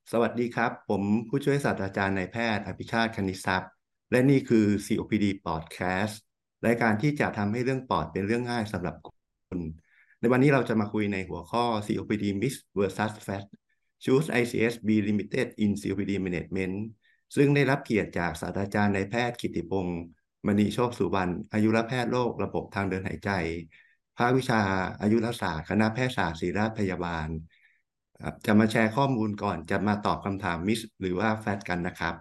สวัสดีครับผมผู้ช่วยศาสตราจารย์นายแพทย์อภิชาติคณิตทรัพย์และนี่คือ COPD Podcast รายการที่จะทำให้เรื่องปอดเป็นเรื่องง่ายสำหรับคุณในวันนี้เราจะมาคุยในหัวข้อ COPD Myth vs Fact Should ICS be limited in COPD management ซึ่งได้รับเกียรติจากศาสตราจารย์นายแพทย์กิตติพงศ์มณีโชคสุวรรณอายุรแพทย์โรคระบบทางเดินหายใจภาควิชาอายุรศาสตร์คณะแพทยศาสตร์ศิริราชพยาบาล ครับจะมาแชร์ข้อมูลก่อนจะมาตอบคำถามมิสหรือว่าแฟตกันนะครับ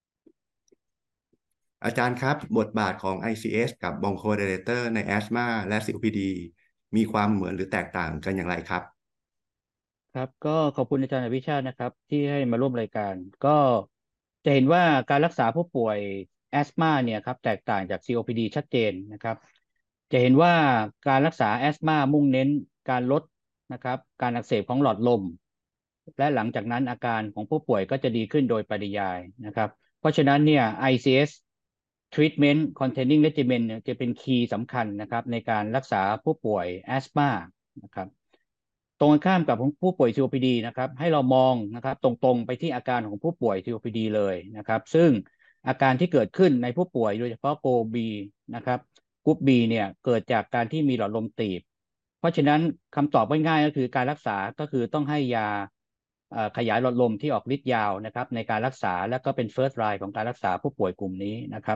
อาจารย์ครับบทบาทของ ICS กับบองโคดิเลเตอร์ในแอสมาและ COPD มีความเหมือนหรือแตกต่างกันอย่างไรครับครับก็ขอบคุณอาจารย์อภิชาตินะครับที่ให้มาร่วมรายการก็จะเห็นว่าการรักษาผู้ป่วยแอสมาเนี่ยครับแตกต่างจาก COPD ชัดเจนนะครับจะเห็นว่าการรักษาแอสมามุ่งเน้นการลดนะครับการอักเสบของหลอดลมและหลังจากนั้นอาการของผู้ป่วยก็จะดีขึ้นโดยปริยายนะครับเพราะฉะนั้นเนี่ย ICS Treatment Containing Regimen เนี่ยจะเป็นคีย์สำคัญนะครับในการรักษาผู้ป่วยแอสมานะครับ ตรงกันข้ามกับผู้ป่วย COPD นะครับให้เรามองนะครับตรงๆไปที่อาการของผู้ป่วย COPD เลยนะครับซึ่งอาการที่เกิดขึ้นในผู้ป่วยโดยเฉพาะโกบีนะครับกรุ๊ป B เนี่ยเกิดจากการที่มีหลอดลมตีบเพราะฉะนั้นคำตอบง่ายๆก็คือการรักษาก็คือต้องให้ยาขยายหลอดลมที่ออกฤทธิ์ยาวนะครับในการรักษาและก็เป็น first line ของการรักษาผู้ป่วยกลุ่มนี้นะครับ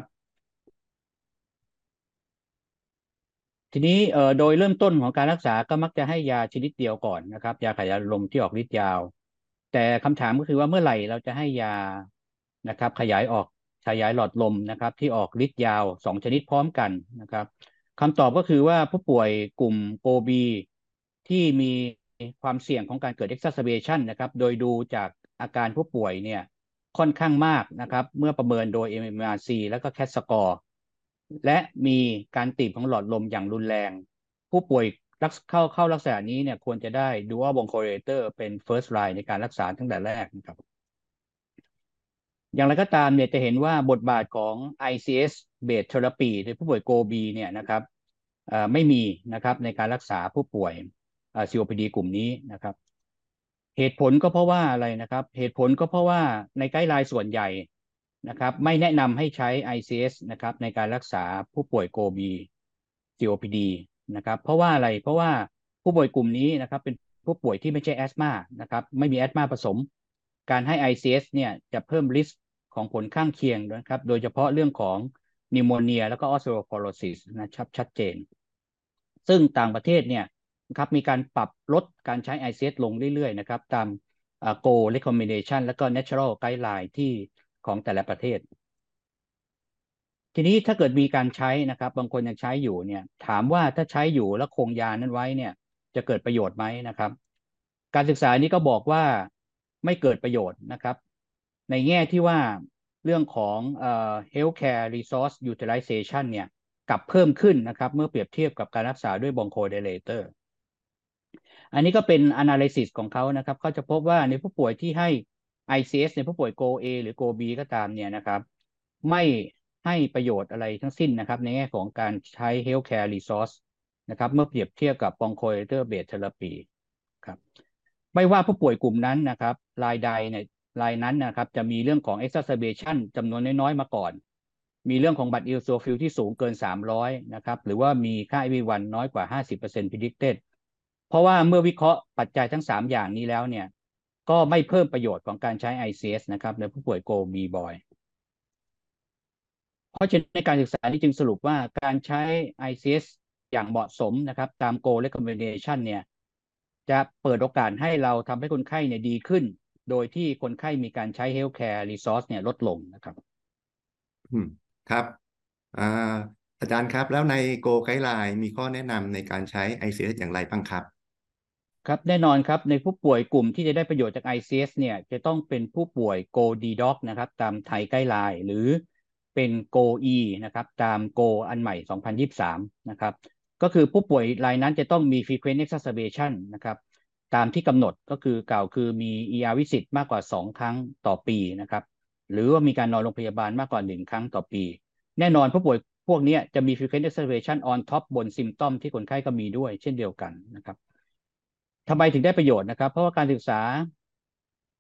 ทีนี้โดยเริ่มต้นของการรักษาก็มักจะให้ยาชนิดเดียวก่อนนะครับยาขยายลมที่ออกฤทธิ์ยาวแต่คำถามก็คือว่าเมื่อไหร่เราจะให้ยานะครับขยายหลอดลมนะครับที่ออกฤทธิ์ยาวสองชนิดพร้อมกันนะครับคำตอบก็คือว่าผู้ป่วยกลุ่มโกบีที่มีความเสี่ยงของการเกิด exacerbation นะครับโดยดูจากอาการผู้ป่วยเนี่ยค่อนข้างมากนะครับเมื่อประเมินโดย MMRC แล้วก็ CAT score และมีการตีบของหลอดลมอย่างรุนแรงผู้ป่วยเข้าลักษณะนี้เนี่ยควรจะได้ dual bronchodilator เป็น first line ในการรักษาตั้งแต่แรกนะครับอย่างไรก็ตามเนี่ยจะเห็นว่าบทบาทของ ICS based therapy ในผู้ป่วยโกบีเนี่ยนะครับไม่มีนะครับในการรักษาผู้ป่วย COPD กลุ่มนี้นะครับเหตุผลก็เพราะว่าอะไรนะครับเหตุผลก็เพราะว่าในไกด์ไลน์ส่วนใหญ่นะครับไม่แนะนำให้ใช้ ICS นะครับในการรักษาผู้ป่วยโกบี COPD นะครับเพราะว่าอะไรเพราะว่าผู้ป่วยกลุ่มนี้นะครับเป็นผู้ป่วยที่ไม่ใช่แอสมานะครับไม่มีแอสมาผสมการให้ ICS เนี่ยจะเพิ่มริสของผลข้างเคียงนะครับโดยเฉพาะเรื่องของนิวโมเนียแล้วก็ออสโ o โ o โ o ซิสนะครับชัดเจนซึ่งต่างประเทศเนี่ยนะครับมีการปรับลดการใช้ ICS ลงเรื่อยๆนะครับตามGo recommendation แล้วก็ natural guideline ที่ของแต่ละประเทศ ทีนี้ถ้าเกิดมีการใช้นะครับบางคนยังใช้อยู่เนี่ยถามว่าถ้าใช้อยู่แล้วคงยานั้นไว้เนี่ยจะเกิดประโยชน์ไหมนะครับการศึกษานี้ก็บอกว่าไม่เกิดประโยชน์นะครับในแง่ที่ว่าเรื่องของhealthcare resource utilization เนี่ยกลับเพิ่มขึ้นนะครับเมื่อเปรียบเทียบกับการรักษาด้วย bronchodilator อันนี้ก็เป็น analysis ของเขานะครับเขาจะพบว่าในผู้ป่วยที่ให้ ICS ในผู้ป่วย GO-A หรือ GO-B ก็ตามเนี่ยนะครับไม่ให้ประโยชน์อะไรทั้งสิ้นนะครับในแง่ของการใช้ healthcare resource นะครับเมื่อเปรียบเทียบกับ bronchodilator based therapy ครับไม่ว่าผู้ป่วยกลุ่มนั้นนะครับรายใดเนี่ยรายนั้นนะครับจะมีเรื่องของ exacerbation จำนวนน้อยๆมาก่อนมีเรื่องของบัตรอิลโซฟิลที่สูงเกิน300นะครับหรือว่ามีค่า FEV1 น้อยกว่า50% predicted เพราะว่าเมื่อวิเคราะห์ปัจจัยทั้ง3อย่างนี้แล้วเนี่ยก็ไม่เพิ่มประโยชน์ของการใช้ ICS นะครับในผู้ป่วยโกมีบอยเพราะฉะนั้นในการศึกษานี้จึงสรุปว่าการใช้ ICS อย่างเหมาะสมนะครับตาม Goal recommendation เนี่ยจะเปิดโอกาสให้เราทำให้คนไข้เนี่ยดีขึ้นโดยที่คนไข้มีการใช้ healthcare resource เนี่ยลดลงนะครับอืมครับอ่าอาจารย์ครับแล้วใน Go Guideline มีข้อแนะนำในการใช้ ICS อย่างไรบ้างครับครับแน่นอนครับในผู้ป่วยกลุ่มที่จะได้ประโยชน์จาก ICS เนี่ยจะต้องเป็นผู้ป่วย Go-DDoc นะครับตามไทยไกด์ไลน์หรือเป็น Go-E นะครับตาม Go อันใหม่2023นะครับก็คือผู้ป่วยรายนั้นจะต้องมี frequent exacerbation นะครับตามที่กำหนดก็คือกล่าวคือมี ER visit มากกว่า2ครั้งต่อปีนะครับหรือว่ามีการนอนโรงพยาบาลมากกว่า1ครั้งต่อปีแน่นอนผู้ป่วยพวกนี้จะมี frequent exacerbation on top บน symptom ที่คนไข้ก็มีด้วยเช่นเดียวกันนะครับ ทำไมถึงได้ประโยชน์นะครับเพราะว่าการศึกษา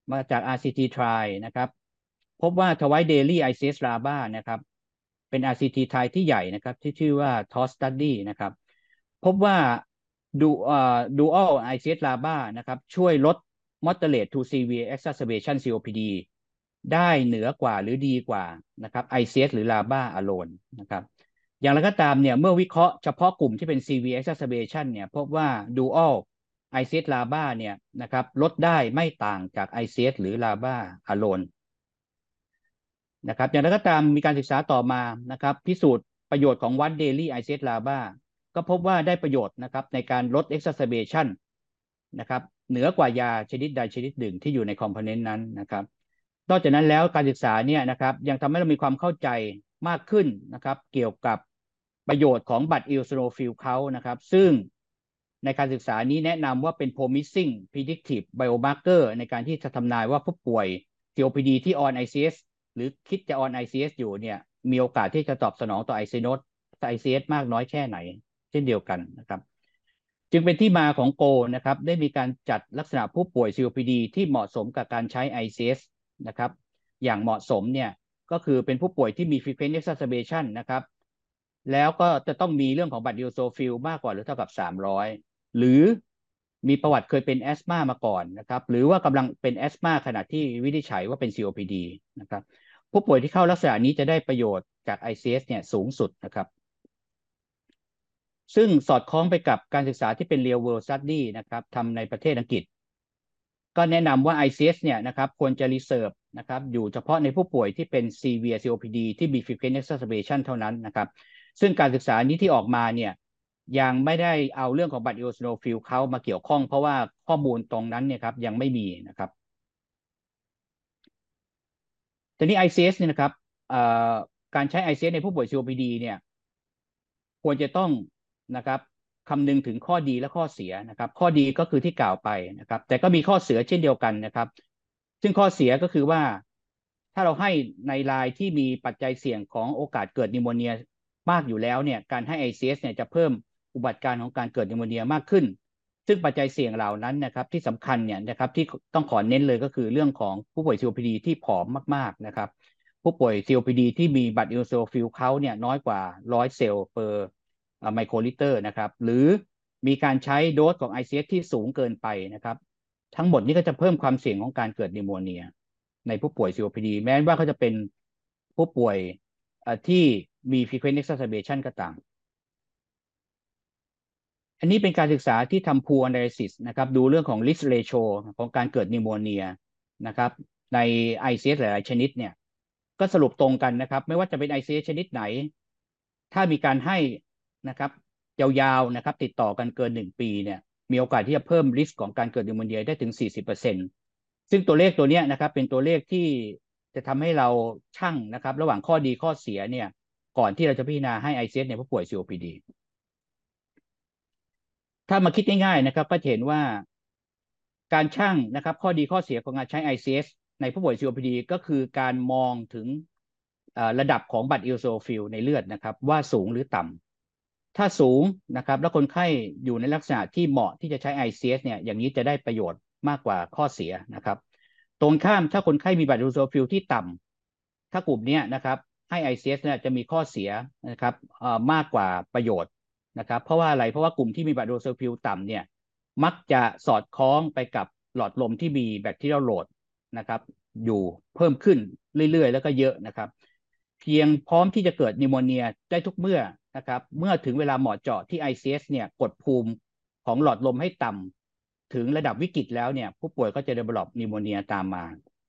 มาจาก RCT Trial นะครับพบว่า Twice Daily ICS LABA นะครับเป็น RCT Trial ที่ใหญ่นะครับที่ชื่อว่า TOS Study นะครับพบว่าDual ICS LABA นะครับช่วยลด Moderate to Severe Exacerbation COPD ได้เหนือกว่าหรือดีกว่านะครับ ICS หรือ LABA alone นะครับอย่างไรก็ตามเนี่ยเมื่อวิเคราะห์เฉพาะกลุ่มที่เป็น Severe Exacerbation เนี่ยพบว่า Dual ICS LABA เนี่ยนะครับลดได้ไม่ต่างจาก ICS หรือ LABA alone นะครับอย่างไรก็ตามมีการศึกษาต่อมานะครับพิสูจน์ประโยชน์ของ Once Daily ICS LABA ก็พบว่าได้ประโยชน์นะครับในการลด exacerbation นะครับเหนือกว่ายาชนิดใดชนิดหนึ่งที่อยู่ในคอมโพเนนต์นั้นนะครับนอกจากนั้นแล้วการศึกษาเนี่ยนะครับยังทำให้เรามีความเข้าใจมากขึ้นนะครับเกี่ยวกับประโยชน์ของบัตร eosinophil count นะครับซึ่งในการศึกษานี้แนะนำว่าเป็น promising predictive biomarker ในการที่จะทำนายว่าผู้ป่วย COPD ที่ on ICS หรือคิดจะ on ICS อยู่เนี่ยมีโอกาสที่จะตอบสนองต่อ ICS มากน้อยแค่ไหนเช่นเดียวกันนะครับจึงเป็นที่มาของโกนะครับได้มีการจัดลักษณะผู้ป่วย COPD ที่เหมาะสมกับการใช้ ICS นะครับอย่างเหมาะสมเนี่ยก็คือเป็นผู้ป่วยที่มี frequent exacerbation นะครับแล้วก็จะต้องมีเรื่องของบัตรดิโอโซฟิลมากกว่าหรือเท่ากับ300หรือมีประวัติเคยเป็นแอสมามาก่อนนะครับหรือว่ากำลังเป็นแอสมาขณะที่วินิจฉัยว่าเป็น COPD นะครับผู้ป่วยที่เข้าลักษณะนี้จะได้ประโยชน์จาก ICS เนี่ยสูงสุดนะครับซึ่งสอดคล้องไปกับการศึกษาที่เป็น real world study นะครับทำในประเทศอังกฤษก็แนะนำว่า ICS เนี่ยนะครับควรจะ reserve นะครับอยู่เฉพาะในผู้ป่วยที่เป็น severe COPD ที่มี frequent exacerbation เท่านั้นนะครับซึ่งการศึกษานี้ที่ออกมาเนี่ยยังไม่ได้เอาเรื่องของบัตร eosinophil เขามาเกี่ยวข้องเพราะว่าข้อมูลตรงนั้นเนี่ยครับยังไม่มีนะครับทีนี้ ICS เนี่ยนะครับการใช้ ICS ในผู้ป่วย COPD เนี่ยควรจะต้องนะครับคำนึงถึงข้อดีและข้อเสียนะครับข้อดีก็คือที่กล่าวไปนะครับแต่ก็มีข้อเสียเช่นเดียวกันนะครับซึ่งข้อเสียก็คือว่าถ้าเราให้ในรายที่มีปัจจัยเสี่ยงของโอกาสเกิดนิโมเนียมากอยู่แล้วเนี่ยการให้ ICS เนี่ยจะเพิ่มอุบัติการณ์ของการเกิดนิโมเนียมากขึ้นซึ่งปัจจัยเสี่ยงเหล่านั้นนะครับที่สำคัญเนี่ยนะครับที่ต้องขอเน้นเลยก็คือเรื่องของผู้ป่วย COPD ที่ผอมมากๆนะครับผู้ป่วย COPD ที่มีบัตรอิโอโซฟิลเขาเนี่ยน้อยกว่า100เซลล์เปอร์ไมโครลิตรนะครับหรือมีการใช้โดสของ ICS ที่สูงเกินไปนะครับทั้งหมดนี้ก็จะเพิ่มความเสี่ยงของการเกิดนิโมเนียในผู้ป่วย COPD แม้ว่าเขาจะเป็นผู้ป่วยที่มี frequent exacerbation ก็ตามอันนี้เป็นการศึกษาที่ทำ pool analysis นะครับดูเรื่องของ risk ratio ของการเกิดนิโมเนียนะครับใน ICS หลายๆชนิดเนี่ยก็สรุปตรงกันนะครับไม่ว่าจะเป็น ICS ชนิดไหนถ้ามีการให้นะครับยาวๆนะครับติดต่อกันเกิน1 ปีเนี่ยมีโอกาสที่จะเพิ่ม risk ของการเกิดนิโมเนียได้ถึง 40%ซึ่งตัวเลขตัวนี้นะครับเป็นตัวเลขที่จะทำให้เราชั่งนะครับระหว่างข้อดีข้อเสียเนี่ยก่อนที่เราจะพิจารณาให้ ICS ในผู้ป่วย COPD ถ้ามาคิดง่ายๆนะครับก็เห็นว่าการชั่งนะครับข้อดีข้อเสียของการใช้ ICS ในผู้ป่วย COPD ก็คือการมองถึงระดับของบัตรอิโอโซฟิลในเลือดนะครับว่าสูงหรือต่ำถ้าสูงนะครับแล้วคนไข้อยู่ในลักษณะที่เหมาะที่จะใช้ ICS เนี่ยอย่างนี้จะได้ประโยชน์มากกว่าข้อเสียนะครับตรงข้ามถ้าคนไข้มีบัตรอิโอโซฟิลที่ต่ำถ้ากลุ่มนี้นะครับให้ ICS เนี่ยจะมีข้อเสียนะครับมากกว่าประโยชน์นะครับเพราะว่าอะไรเพราะว่ากลุ่มที่มีบัตรโดโซฟิลต่ำเนี่ยมักจะสอดคล้องไปกับหลอดลมที่มีแบคทีเรียลโหลดนะครับอยู่เพิ่มขึ้นเรื่อยๆแล้วก็เยอะนะครับเพียงพร้อมที่จะเกิดนิโมเนียได้ทุกเมื่อนะครับเมื่อถึงเวลาเหมาะเจาะที่ ICS เนี่ยกดภูมิของหลอดลมให้ต่ำถึงระดับวิกฤตแล้วเนี่ยผู้ป่วยก็จะ develop นิโมเนียตามมา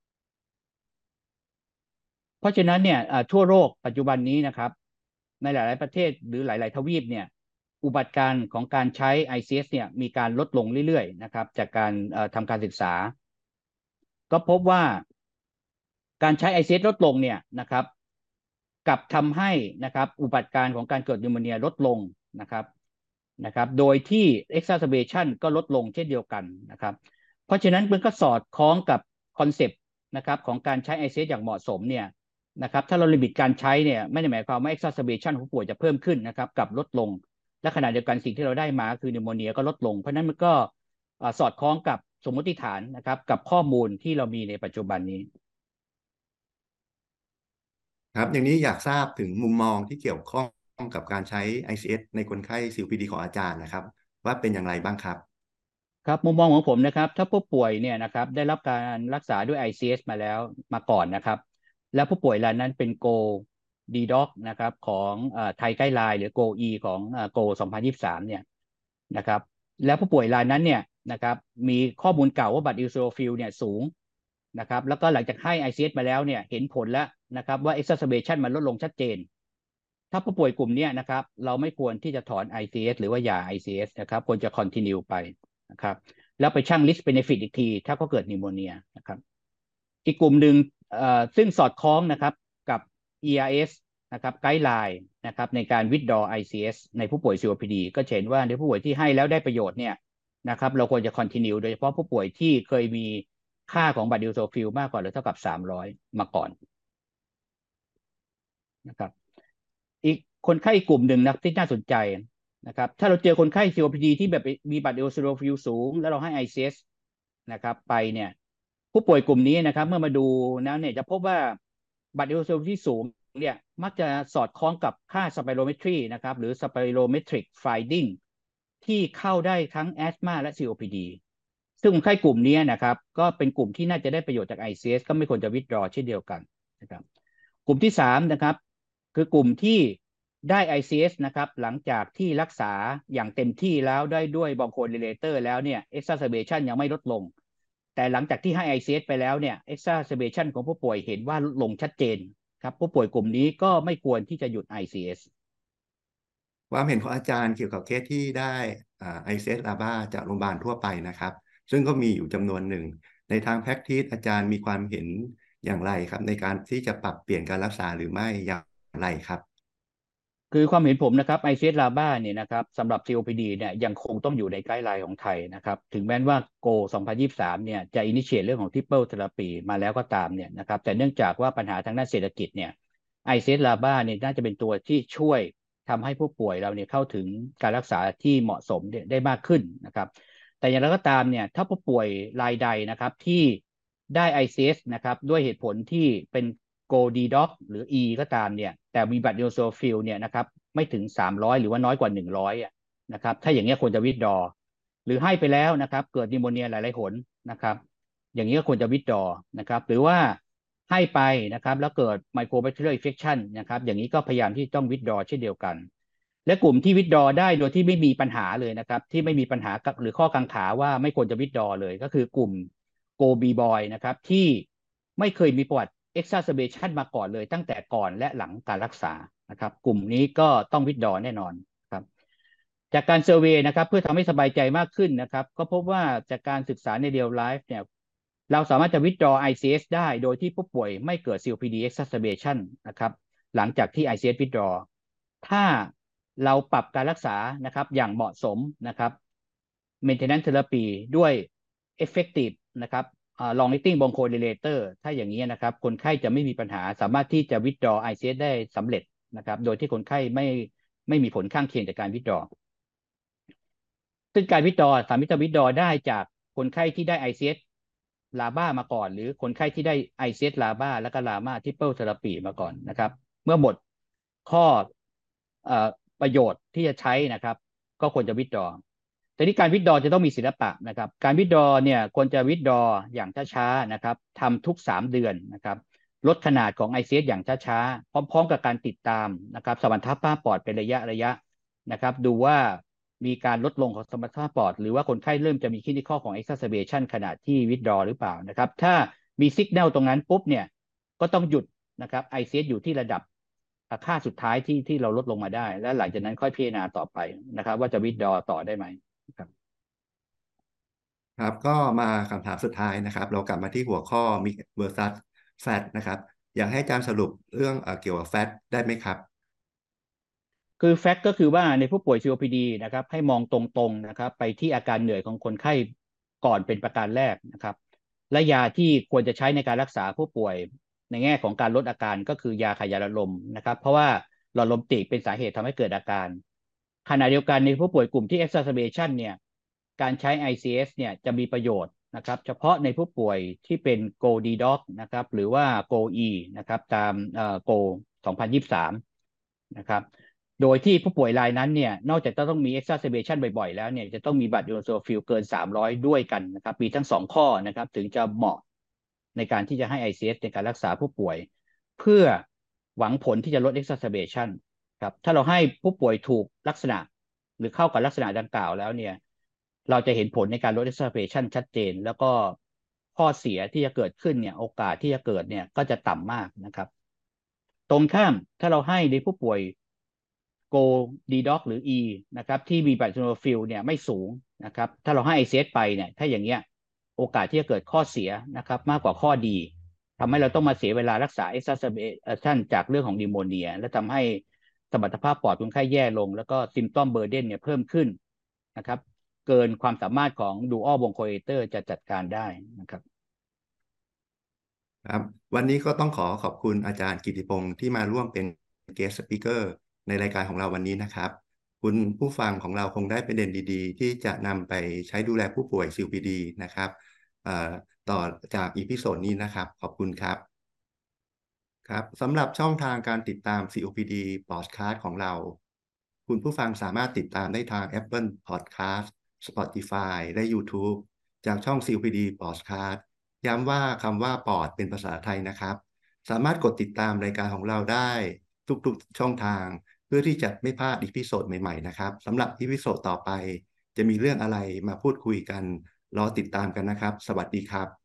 เพราะฉะนั้นเนี่ยทั่วโลกปัจจุบันนี้นะครับในหลายๆประเทศหรือหลายๆทวีปเนี่ยอุบัติการณ์ของการใช้ ICS เนี่ยมีการลดลงเรื่อยๆนะครับจากการทำการศึกษาก็พบว่าการใช้ ICS ลดลงเนี่ยนะครับกับทำให้นะครับอุบัติการณ์ของการเกิดนิโมเนียลดลงนะครับโดยที่ exacerbation ก็ลดลงเช่นเดียวกันนะครับเพราะฉะนั้นมันก็สอดคล้องกับคอนเซปต์นะครับของการใช้ ICS อย่างเหมาะสมเนี่ยนะครับถ้าเราลิมิตการใช้เนี่ยไม่ได้หมายความว่า exacerbation ของผู้ป่วยจะเพิ่มขึ้นนะครับกับลดลงและขณะเดียวกันสิ่งที่เราได้มาคือนิโมเนียก็ลดลงเพราะนั้นมันก็สอดคล้องกับสมมติฐานนะครับกับข้อมูลที่เรามีในปัจจุบันนี้ครับอย่างนี้อยากทราบถึงมุมมองที่เกี่ยวข้องกับการใช้ ICS ในคนไข้ COPD ของอาจารย์นะครับว่าเป็นอย่างไรบ้างครับครับมุมมองของผมนะครับถ้าผู้ป่วยเนี่ยนะครับได้รับการรักษาด้วย ICS มาแล้วมาก่อนนะครับแล้วผู้ป่วยรายนั้นเป็น Go DDoc นะครับของไทยไกด์ไลน์หรือ Go E ของGo 2023เนี่ยนะครับแล้วผู้ป่วยรายนั้นเนี่ยนะครับมีข้อมูลเก่าว่าบัตรอิสโตรฟิลเนี่ยสูงนะครับแล้วก็หลังจากให้ ICS มาแล้วเนี่ยเห็นผลแล้วนะครับว่า exacerbation มันลดลงชัดเจนถ้าผู้ป่วยกลุ่มนี้นะครับเราไม่ควรที่จะถอน ICS หรือว่ายา ICS นะครับควรจะ continue ไปนะครับแล้วไปชั่ง risk benefit อีกทีถ้าเขาเกิดนิโมเนียนะครับอีกกลุ่มหนึ่งซึ่งสอดคล้องนะครับกับ ERS นะครับไกด์ไลน์นะครับในการ withdraw ICS ในผู้ป่วย COPD ก็เห็นว่าในผู้ป่วยที่ให้แล้วได้ประโยชน์เนี่ยนะครับเราควรจะ continue โดยเฉพาะผู้ป่วยที่เคยมีค่าของบัตรดิวโซฟิลมากกว่าหรือเท่ากับ300มาก่อนนะครับอีกคนไข้อีกกลุ่มหนึ่งนะที่น่าสนใจนะครับถ้าเราเจอคนไข้ COPD ที่แบบมีบัตรดิวโซฟิลสูงแล้วเราให้ ICS นะครับไปเนี่ยผู้ป่วยกลุ่มนี้นะครับเมื่อมาดูแล้วเนี่ยจะพบว่าบัตรดิวโซฟิลที่สูงเนี่ยมักจะสอดคล้องกับค่าสไปโรเมตรีนะครับหรือสไปโรเมตริกไฟดิ้งที่เข้าได้ทั้งแอสมาและ COPD ซึ่งคนไข้กลุ่มนี้นะครับก็เป็นกลุ่มที่น่าจะได้ประโยชน์จาก ICS ก็ไม่ควรจะ withdraw เช่นเดียวกันนะครับกลุ่มที่3นะครับคือกลุ่มที่ได้ ICS นะครับหลังจากที่รักษาอย่างเต็มที่แล้วได้ด้วยบองโคดิเลเตอร์แล้วเนี่ย exacerbation ยังไม่ลดลงแต่หลังจากที่ให้ ICS ไปแล้วเนี่ย exacerbation ของผู้ป่วยเห็นว่าลดลงชัดเจนครับผู้ป่วยกลุ่มนี้ก็ไม่ควรที่จะหยุด ICS ความเห็นของอาจารย์เกี่ยวกับเคสที่ได้ICS LABA จากโรงพยาบาลทั่วไปนะครับซึ่งก็มีอยู่จำนวนหนึ่งในทางแพ c ทิ e อาจารย์มีความเห็นอย่างไรครับในการที่จะปรับเปลี่ยนการรักษาหรือไม่อย่างไรครับคือความเห็นผมนะครับไอซีเอสลาบ้าเนี่ยนะครับสำหรับ COPD เนี่ยยังคงต้องอยู่ในไกด์ไลน์ของไทยนะครับถึงแม้ว่า Go 2023เนี่ยจะ initiate เรื่องของ triple therapy มาแล้วก็ตามเนี่ยนะครับแต่เนื่องจากว่าปัญหาทางด้านเศรษฐกิจเนี่ยไอซีเอสลาบ้าเนี่ยน่าจะเป็นตัวที่ช่วยทำให้ผู้ป่วยเราเนี่ยเข้าถึงการรักษาที่เหมาะสมได้มากขึ้นนะครับแต่อย่างไรก็ตามเนี่ยถ้าผู้ป่วยรายใดนะครับที่ได้ ICS นะครับด้วยเหตุผลที่เป็น Go DDoc หรือ E ก็ตามเนี่ยแต่มีบัตร Neutrophil เนี่ยนะครับไม่ถึง300หรือว่าน้อยกว่า100นะครับถ้าอย่างเงี้ยควรจะ withdraw หรือให้ไปแล้วนะครับเกิดนิโมเนียหลายๆหนนะครับอย่างนี้ก็ควรจะ withdraw นะครับหรือว่าให้ไปนะครับแล้วเกิด microbial infection นะครับอย่างนี้ก็พยายามที่ต้อง withdraw เช่นเดียวกันและกลุ่มที่ withdraw ได้โดยที่ไม่มีปัญหาเลยนะครับที่ไม่มีปัญหาหรือข้อกังขาว่าไม่ควรจะ withdraw เลยก็คือกลุ่ม Go B Boy นะครับที่ไม่เคยมีประวัติ exacerbation มาก่อนเลยตั้งแต่ก่อนและหลังการรักษานะครับกลุ่มนี้ก็ต้อง withdraw แน่นอนครับจากการเซอร์เวย์นะครับเพื่อทำให้สบายใจมากขึ้นนะครับก็พบว่าจากการศึกษาใน real life เนี่ยเราสามารถจะ withdraw ICS ได้โดยที่ผู้ป่วยไม่เกิด COPD exacerbation นะครับหลังจากที่ ICS withdraw ถ้าเราปรับการรักษานะครับอย่างเหมาะสมนะครับ maintenance therapy ด้วย effective นะครับ long acting bronchodilator ถ้าอย่างนี้นะครับคนไข้จะไม่มีปัญหาสามารถที่จะ withdraw ICS ได้สำเร็จนะครับโดยที่คนไข้ไม่มีผลข้างเคียงจากการ withdraw ซึ่งการ withdraw สามารถจะ withdraw ได้จากคนไข้ที่ได้ ICS ลาบ้ามาก่อนหรือคนไข้ที่ได้ ICS ลาบ้าแล้วก็ลามาทริปเปิลเทอราปีมาก่อนนะครับเมื่อหมดข้อประโยชน์ที่จะใช้นะครับก็ควรจะ withdraw แต่ที่การ withdraw จะต้องมีศิลปะนะครับการ withdraw เนี่ยควรจะ withdraw อย่างช้าๆนะครับทำทุก3เดือนนะครับลดขนาดของ ICS อย่างช้าๆพร้อมๆกับการติดตามนะครับสมรรถภาพปอดเป็นระยะนะครับดูว่ามีการลดลงของสมรรถภาพปอดหรือว่าคนไข้เริ่มจะมีคลินิคของ exacerbation ขณะที่ withdraw หรือเปล่านะครับถ้ามีสัญญาณตรงนั้นปุ๊บเนี่ยก็ต้องหยุดนะครับ ICS อยู่ที่ระดับค่าสุดท้ายที่เราลดลงมาได้และหลังจากนั้นค่อยพิจารณาต่อไปนะครับว่าจะ withdraw ต่อได้ไหมครับครับก็มาคำถามสุดท้ายนะครับเรากลับมาที่หัวข้อ Mix versus Fat นะครับอยากให้อาจารย์สรุปเรื่องเกี่ยวกับ Fat ได้ไหมครับคือแฟกต์ก็คือว่าในผู้ป่วย COPD นะครับให้มองตรงๆนะครับไปที่อาการเหนื่อยของคนไข้ก่อนเป็นประการแรกนะครับและยาที่ควรจะใช้ในการรักษาผู้ป่วยในแง่ของการลดอาการก็คือยาขยายหลอดลมนะครับเพราะว่าหลอดลมตีบเป็นสาเหตุทำให้เกิดอาการขณะเดียวกันในผู้ป่วยกลุ่มที่ exacerbation เนี่ยการใช้ ICS เนี่ยจะมีประโยชน์นะครับเฉพาะในผู้ป่วยที่เป็น Go-DDoc นะครับหรือว่า Go-E นะครับตามGo 2023นะครับโดยที่ผู้ป่วยรายนั้นเนี่ยนอกจากจะต้องมี exacerbation บ่อยๆแล้วเนี่ยจะต้องมีบัตร eosinophil เกิน300ด้วยกันนะครับมีทั้ง2ข้อนะครับถึงจะเหมาะในการที่จะให้ ICS ในการรักษาผู้ป่วยเพื่อหวังผลที่จะลด exacerbation ครับถ้าเราให้ผู้ป่วยถูกลักษณะหรือเข้ากับลักษณะดังกล่าวแล้วเนี่ยเราจะเห็นผลในการลด exacerbation ชัดเจนแล้วก็ข้อเสียที่จะเกิดขึ้นเนี่ยโอกาสที่จะเกิดเนี่ยก็จะต่ำมากนะครับตรงข้ามถ้าเราให้ในผู้ป่วย Go DDoc หรือ E นะครับที่มีบัตร neutrophil เนี่ยไม่สูงนะครับถ้าเราให้ ICS ไปเนี่ยถ้าอย่างเงี้ยโอกาสที่จะเกิดข้อเสียนะครับมากกว่าข้อดีทำให้เราต้องมาเสียเวลารักษา exacerbation จากเรื่องของนิโมเนียและทำให้สมรรถภาพปอดคนไข้แย่ลงแล้วก็ symptom burden เนี่ยเพิ่มขึ้นนะครับเกินความสามารถของ dual bronchodilator จะจัดการได้นะครับครับวันนี้ก็ต้องขอบคุณอาจารย์กิติพงศ์ที่มาร่วมเป็น guest speaker ในรายการของเราวันนี้นะครับคุณผู้ฟังของเราคงได้ประเด็นดีๆที่จะนำไปใช้ดูแลผู้ป่วย COPD นะครับเอ่อต่อจากอีพิโซดนี้นะครับขอบคุณครับครับสำหรับช่องทางการติดตาม COPD Podcast ของเราคุณผู้ฟังสามารถติดตามได้ทาง Apple Podcast Spotify และ YouTube จากช่อง COPD Podcast ย้ำว่าคำว่าปอดเป็นภาษาไทยนะครับสามารถกดติดตามรายการของเราได้ทุกๆช่องทางเพื่อที่จะไม่พลาดอีพิโซดใหม่ๆนะครับสำหรับอีพิโซดต่อไปจะมีเรื่องอะไรมาพูดคุยกันรอติดตามกันนะครับสวัสดีครับ